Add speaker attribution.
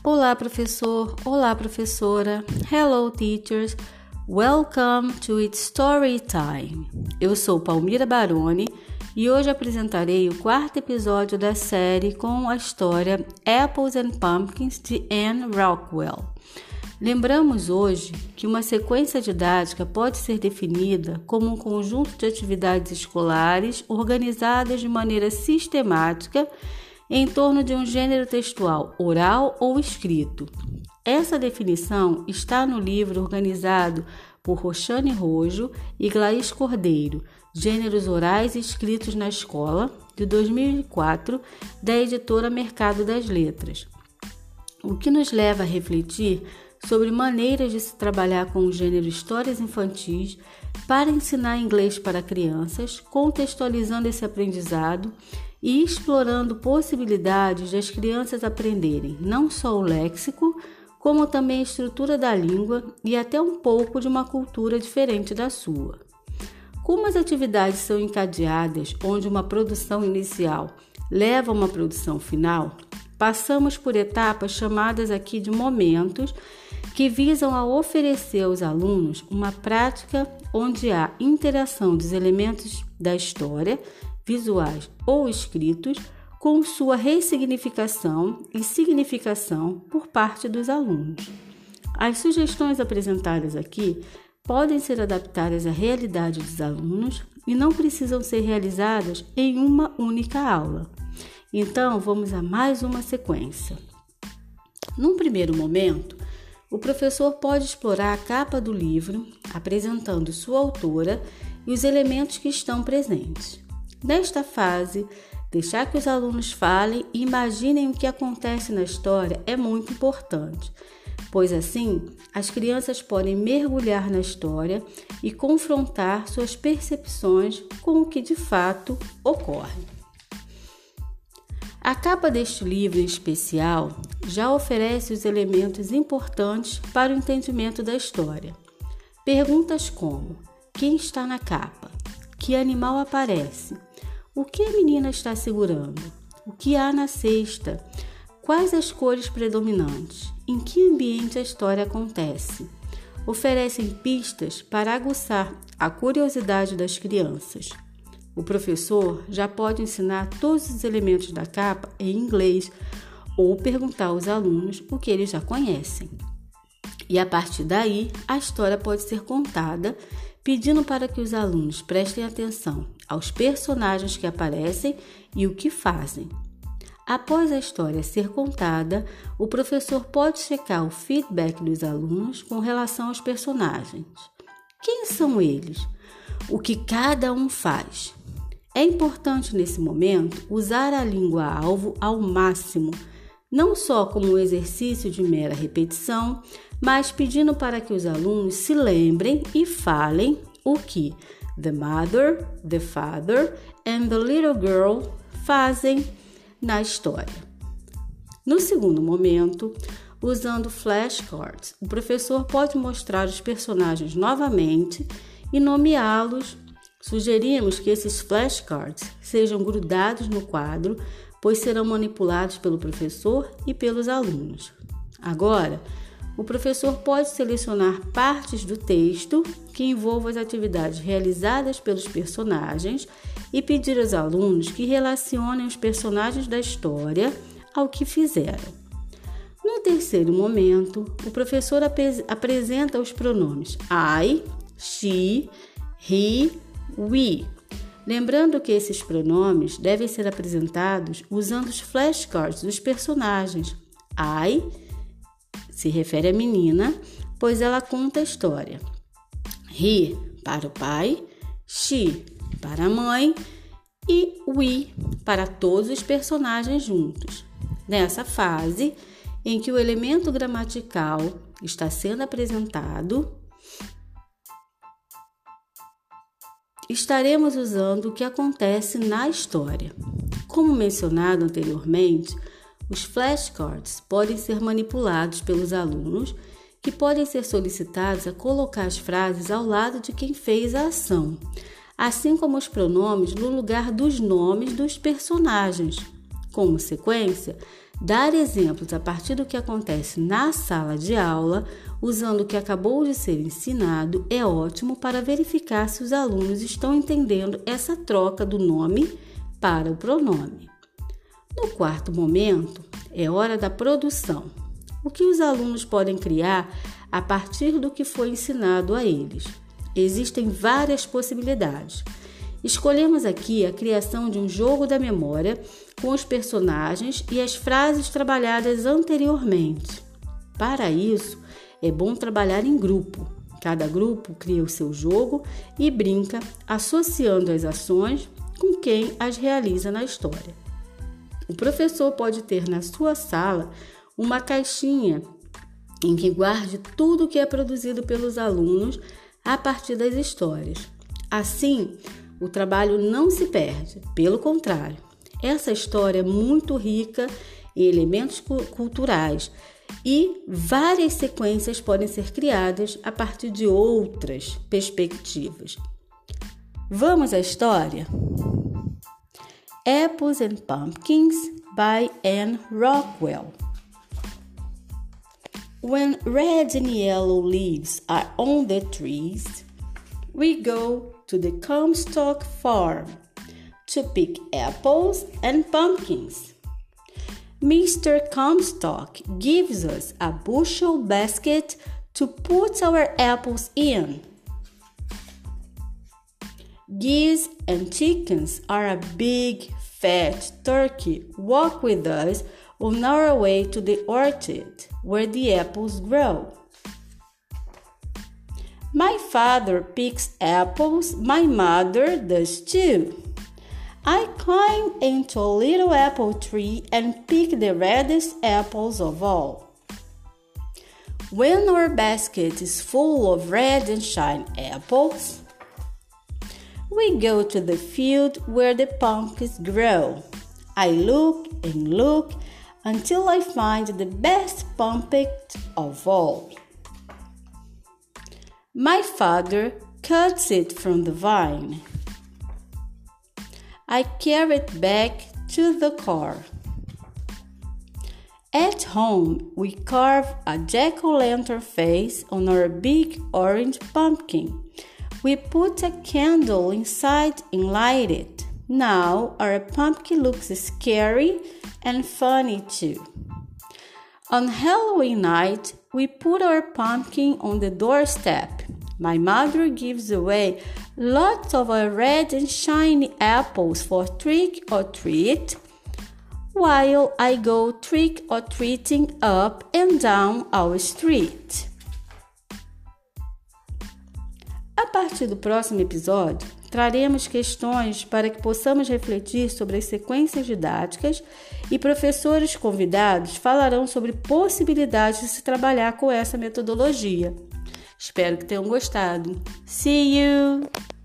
Speaker 1: Olá, professor. Olá, professora. Hello, teachers. Welcome to It's Story Time. Eu sou Palmira Baroni e hoje apresentarei o quarto episódio da série com a história Apples and Pumpkins de Anne Rockwell. Lembramos hoje que uma sequência didática pode ser definida como um conjunto de atividades escolares organizadas de maneira sistemática em torno de um gênero textual oral ou escrito. Essa definição está no livro organizado por Roxane Rojo e Glaís Cordeiro, Gêneros Orais e Escritos na Escola, de 2004, da editora Mercado das Letras, o que nos leva a refletir sobre maneiras de se trabalhar com o gênero histórias infantis para ensinar inglês para crianças, contextualizando esse aprendizado e explorando possibilidades das crianças aprenderem não só o léxico, como também a estrutura da língua e até um pouco de uma cultura diferente da sua. Como as atividades são encadeadas, onde uma produção inicial leva a uma produção final, passamos por etapas chamadas aqui de momentos, que visam a oferecer aos alunos uma prática onde há interação dos elementos da história, visuais ou escritos, com sua ressignificação e significação por parte dos alunos. As sugestões apresentadas aqui podem ser adaptadas à realidade dos alunos e não precisam ser realizadas em uma única aula. Então, vamos a mais uma sequência. Num primeiro momento, o professor pode explorar a capa do livro, apresentando sua autora e os elementos que estão presentes. Nesta fase, deixar que os alunos falem e imaginem o que acontece na história é muito importante, pois assim as crianças podem mergulhar na história e confrontar suas percepções com o que de fato ocorre. A capa deste livro em especial já oferece os elementos importantes para o entendimento da história. Perguntas como: quem está na capa? Que animal aparece? O que a menina está segurando? O que há na cesta? Quais as cores predominantes? Em que ambiente a história acontece? Oferecem pistas para aguçar a curiosidade das crianças. O professor já pode ensinar todos os elementos da capa em inglês ou perguntar aos alunos o que eles já conhecem. E a partir daí, a história pode ser contada, pedindo para que os alunos prestem atenção aos personagens que aparecem e o que fazem. Após a história ser contada, o professor pode checar o feedback dos alunos com relação aos personagens. Quem são eles? O que cada um faz? É importante nesse momento usar a língua-alvo ao máximo, não só como um exercício de mera repetição, mas pedindo para que os alunos se lembrem e falem o que the mother, the father and the little girl fazem na história. No segundo momento, usando flashcards, o professor pode mostrar os personagens novamente e nomeá-los. Sugerimos que esses flashcards sejam grudados no quadro, pois serão manipulados pelo professor e pelos alunos. Agora, o professor pode selecionar partes do texto que envolvam as atividades realizadas pelos personagens e pedir aos alunos que relacionem os personagens da história ao que fizeram. No terceiro momento, o professor apresenta os pronomes I, she, he, we. Lembrando que esses pronomes devem ser apresentados usando os flashcards dos personagens. I se refere à menina, pois ela conta a história. He para o pai, she para a mãe e we para todos os personagens juntos. Nessa fase em que o elemento gramatical está sendo apresentado, estaremos usando o que acontece na história. Como mencionado anteriormente, os flashcards podem ser manipulados pelos alunos, que podem ser solicitados a colocar as frases ao lado de quem fez a ação, assim como os pronomes no lugar dos nomes dos personagens. Como sequência, Dar exemplos a partir do que acontece na sala de aula, usando o que acabou de ser ensinado, é ótimo para verificar se os alunos estão entendendo essa troca do nome para o pronome. No quarto momento, é hora da produção. O que os alunos podem criar a partir do que foi ensinado a eles? Existem várias possibilidades. Escolhemos aqui a criação de um jogo da memória com os personagens e as frases trabalhadas anteriormente. Para isso, é bom trabalhar em grupo. Cada grupo cria o seu jogo e brinca associando as ações com quem as realiza na história. O professor pode ter na sua sala uma caixinha em que guarde tudo o que é produzido pelos alunos a partir das histórias. Assim, o trabalho não se perde, pelo contrário. Essa história é muito rica em elementos culturais e várias sequências podem ser criadas a partir de outras perspectivas. Vamos à história? Apples and Pumpkins, by Anne Rockwell. When red and yellow leaves are on the trees, we go to the Comstock farm to pick apples and pumpkins. Mr. Comstock gives us a bushel basket to put our apples in. Geese and chickens are a big fat turkey walk with us on our way to the orchard where the apples grow. My father picks apples, my mother does too. I climb into a little apple tree and pick the reddest apples of all. When our basket is full of red and shiny apples, we go to the field where the pumpkins grow. I look and look until I find the best pumpkin of all. My father cuts it from the vine. I carry it back to the car. At home, we carve a jack-o'-lantern face on our big orange pumpkin. We put a candle inside and light it. Now our pumpkin looks scary and funny too. On Halloween night, we put our pumpkin on the doorstep. My mother gives away lots of our red and shiny apples for trick or treat, while I go trick or treating up and down our street. A partir do próximo episódio, traremos questões para que possamos refletir sobre as sequências didáticas e professores convidados falarão sobre possibilidades de se trabalhar com essa metodologia. Espero que tenham gostado. See you!